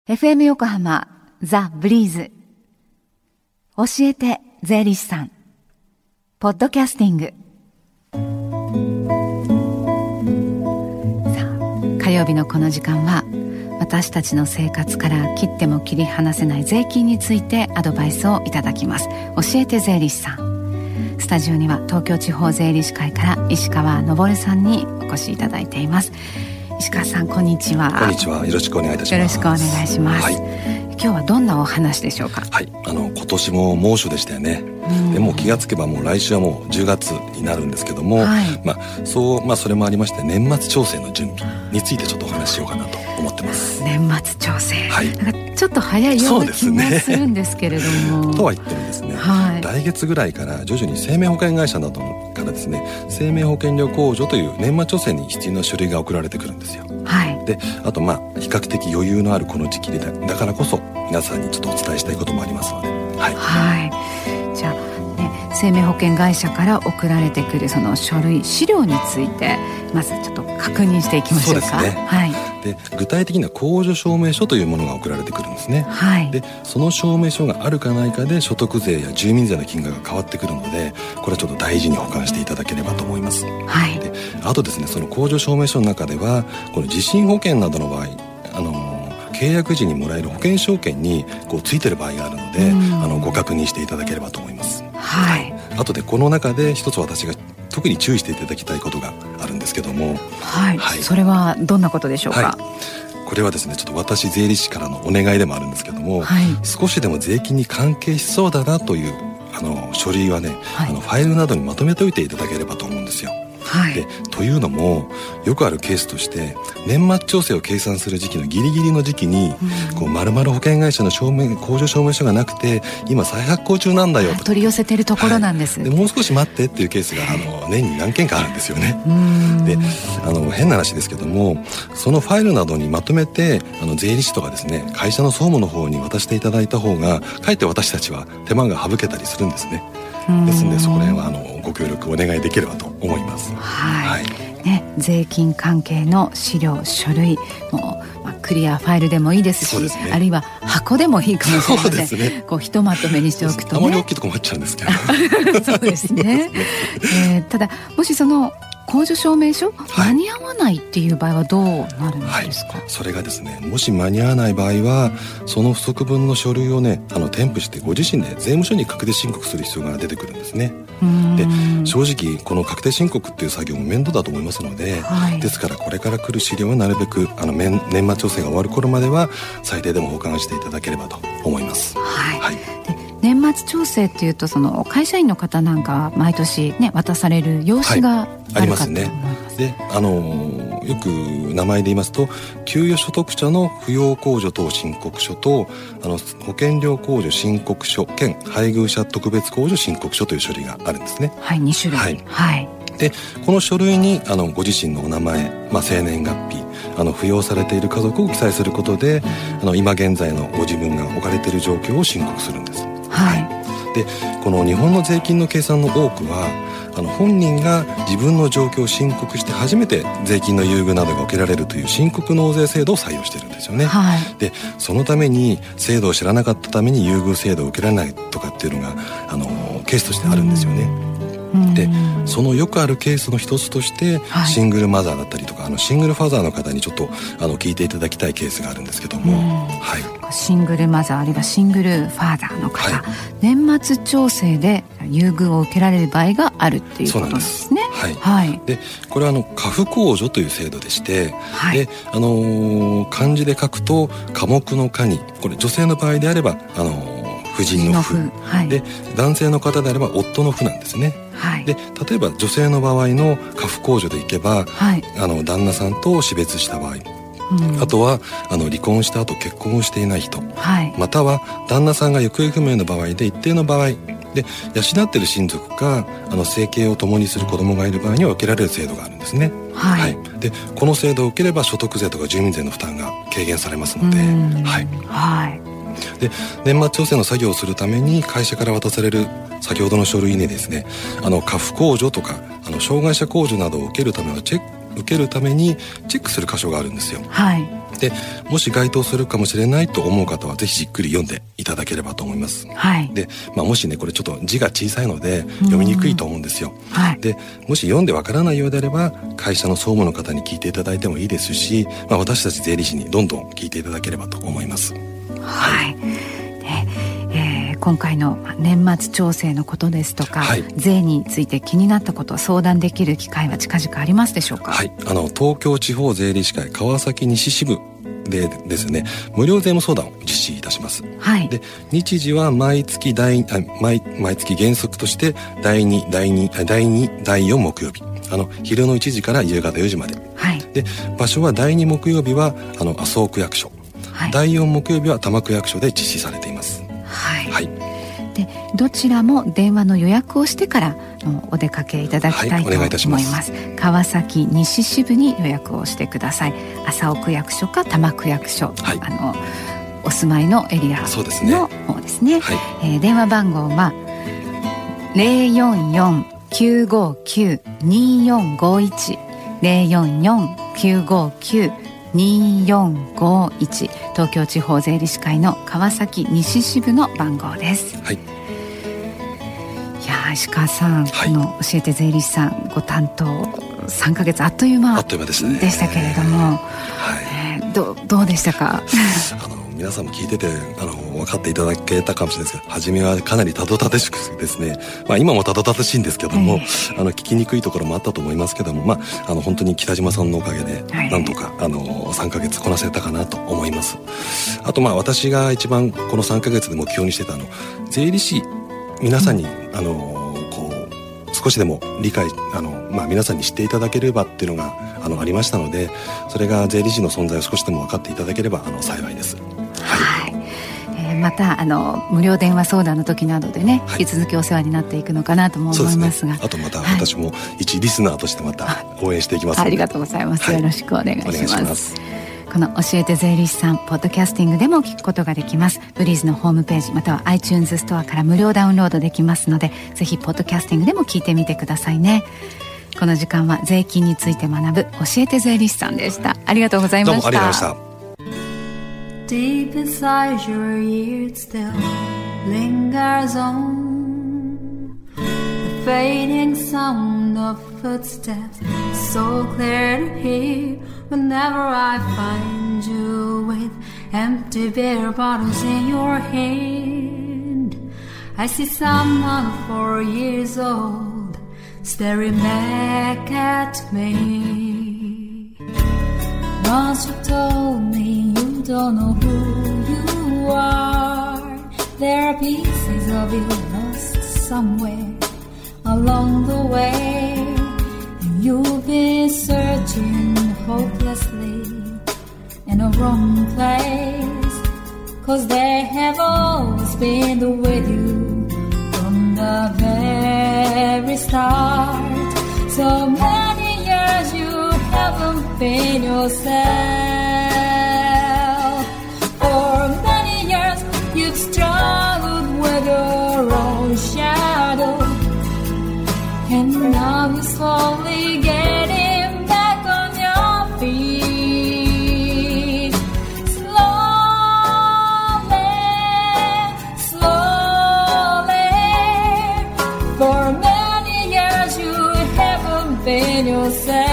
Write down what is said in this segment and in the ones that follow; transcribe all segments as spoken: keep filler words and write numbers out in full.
エフエム 横浜ザ・ブリーズ教えて税理士さんポッドキャスティング。さあ、火曜日のこの時間は私たちの生活から切っても切り離せない税金についてアドバイスをいただきます。教えて税理士さん。スタジオには東京地方税理士会から石川昇さんにお越しいただいています。石川さん、こんにちは。 こんにちは。よろしくお願いいたします。 よろしくお願いします、はい、今日はどんなお話でしょうか。 はい、あの今年も猛暑でしたよね。でもう気がつけばもう来週はもうじゅうがつになるんですけども、はい、まあそうまあそれもありまして年末調整の準備についてちょっとお話ししようかなと思ってます。 年末調整、 はい、 なんかちょっと早いような気もするんですけれども、 ね、とは言ってもですね、はい、来月ぐらいから徐々に生命保険会社などからですね生命保険料控除という年末調整に必要な書類が送られてくるんですよ。はい、であとまあ比較的余裕のあるこの時期で だ, だからこそ皆さんにちょっとお伝えしたいこともありますので、はい、はい、 じゃあ、ね、生命保険会社から送られてくるその書類資料についてまずちょっと確認していきましょうか。 そうですね、はい、で具体的な控除証明書というものが送られてくるんですね、はい、でその証明書があるかないかで所得税や住民税の金額が変わってくるので、これはちょっと大事に保管していただければと思います、はい、であとですね、その控除証明書の中ではこの地震保険などの場合、あの契約時にもらえる保険証券にこうついてる場合があるので、あのご確認していただければと思います、はい、あとでこの中で一つ私が特に注意していただきたいことがあるんですけども、 はいはい、それはどんなことでしょうか。はい、 これはですねちょっと私税理士からのお願いでもあるんですけども、はい、少しでも税金に関係しそうだなというあの書類はね、はい、あのファイルなどにまとめておいていただければと思うんですよ。はい、でというのもよくあるケースとして年末調整を計算する時期のギリギリの時期に、うん、こう丸々保険会社の証明控除証明書がなくて今再発行中なんだよと取り寄せてるところなんです、 はい、でもう少し待ってっていうケースがあの年に何件かあるんですよね。うんであの変な話ですけどもそのファイルなどにまとめてあの税理士とかですね会社の総務の方に渡していただいた方がかえって私たちは手間が省けたりするんですね。ですのでそこら辺はあのご協力お願いできればと思います。 はい、はいね、税金関係の資料書類もう、まあ、クリアファイルでもいいですしです、ね、あるいは箱でもいいかもしれません。そうですね、こうひとまとめにしておくとね、 あまり大きいと困っちゃうんですけどそうですねえー、ただもしその控除証明書、はい、間に合わないっていう場合はどうなるんですか。はい、 それがですねもし間に合わない場合はその不足分の書類をねあの添付してご自身で税務署に確定申告する必要が出てくるんですね。で正直この確定申告っていう作業も面倒だと思いますので、はい、ですからこれから来る資料はなるべくあの年末調整が終わる頃までは最低でも保管していただければと思います。はい、はい、 年末調整っていうとその会社員の方なんか毎年ね渡される用紙があるかと思います。はい、ありますね。であのー、よく名前で言いますと給与所得者の扶養控除等申告書とあの保険料控除申告書兼配偶者特別控除申告書という書類があるんですね。はい、に種類。はい、はい、でこの書類にあのご自身のお名前、まあ、生年月日あの扶養されている家族を記載することで、うん、あの今現在のご自分が置かれている状況を申告するんです。はい、はい、でこの日本の税金の計算の多くはあの本人が自分の状況を申告して初めて税金の優遇などが受けられるという申告納税制度を採用しているんですよね。はい、でそのために制度を知らなかったために優遇制度を受けられないとかっていうのがあのケースとしてあるんですよね。でそのよくあるケースの一つとして、はい、シングルマザーだったりとかあのシングルファザーの方にちょっとあの聞いていただきたいケースがあるんですけども、はい、シングルマザーあるいはシングルファザーの方、はい、年末調整で優遇を受けられる場合があるっていうことなんですね。 はい、はい、でこれはあの家父控除という制度でして、はい、であのー、漢字で書くと科目の科にこれ女性の場合であればあのー夫人の夫、はい、で男性の方であれば夫の夫なんですね。はい、で例えば女性の場合の家父控除でいけば、はい、あの旦那さんと死別した場合、うん、あとはあの離婚した後結婚をしていない人、はい、または旦那さんが行方不明の場合で一定の場合で養っている親族かあの生計を共にする子供がいる場合には受けられる制度があるんですね。はいはい、でこの制度を受ければ所得税とか住民税の負担が軽減されますので、はい、はい、で年末調整の作業をするために会社から渡される先ほどの書類にですねあの家父控除とかあの障害者控除などを受けるためのチェッ受けるためにチェックする箇所があるんですよ。 はい。 でもし該当するかもしれないと思う方はぜひじっくり読んでいただければと思います。 はい。 で、まあ、もしねこれちょっと字が小さいので読みにくいと思うんですよ。 はい。でもし読んでわからないようであれば会社の総務の方に聞いていただいてもいいですし、まあ、私たち税理士にどんどん聞いていただければと思います。 はい。はい、でえー、今回の年末調整のことですとか、はい、税について気になったことを相談できる機会は近々ありますでしょうか。 はい、あの東京地方税理士会川崎西支部でですね、無料税務相談を実施いたします。 はい。 で、日時は毎月第あ毎毎月原則としてだいに、だいに、だいに、だいよん木曜日、あの昼のいちじから夕方よじまで。 はい。 で、場所はだいに木曜日はあの麻生区役所、はい、だいよん木曜日は多摩区役所で実施されています。 はい。 はい。 で、どちらも電話の予約をしてからお出かけいただきたいと思います。はい、お願いいたします。川崎西支部に予約をしてください。麻生区役所か多摩区役所、はい、あのお住まいのエリアの方ですね。ですね。はい。えー、電話番号はゼロよんよん きゅうごきゅう によんごいち ゼロよんよん きゅうごきゅう によんごいち、東京地方税理士会の川崎西支部の番号です。 はい。 いや石川さん、はい、の教えて税理士さんご担当さんかげつあっという間でしたけれども、はい、えー、ど, どうでしたか。 あの皆さんも聞いててあの分かっていただけたかもしれないですけど、初めはかなりたどたどしくですね、まあ、今もたどたどしいんですけども、えー、あの聞きにくいところもあったと思いますけども、まあ、あの本当に北島さんのおかげでなんとか、はい、あのさんかげつこなせたかなと思います。あとまあ私が一番このさんかげつで目標にしてたの税理士皆さんに、うん、あのこう少しでも理解あの、まあ、皆さんに知っていただければっていうのがあのありましたので、それが税理士の存在を少しでも分かっていただければあの幸いです。 はい、えー、またあの無料電話相談の時などでね、はい、引き続きお世話になっていくのかなとも思いますが、 ね、あとまた私も一リスナーとしてまた応援していきますので、 ありがとうございます、はい、よろしくお願いします。お願いします。この教えて税理士さんポッドキャスティングでも聞くことができます。ブリーズのホームページまたは iTunes ストアから無料ダウンロードできますので、ぜひポッドキャスティングでも聞いてみてくださいね。この時間は税金について学ぶ教えて税理士さんでした。ありがとうございました。 どうもありがとうございました。 Deep inside your ears still lingers on the fading sound of footsteps, so clear to hear whenever I find you with empty beer bottles in your hand. I see someone four years old staring back at me. Once you told me you don't know who you are. There are pieces of you lost somewhere along the way, and you've been searching hopelessly in a wrong place, 'cause they have always been with you from the very start. So many years you haven't been yourself. For many years you've struggled with your own shadow, and now you're slowly getting back on your feet. Slowly, slowly. For many years you haven't been yourself.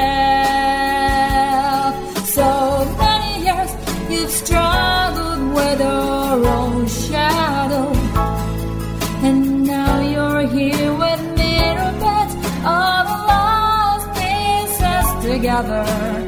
So many years you've struggled with your own shadow, and now you're here with me, all the lost pieces together.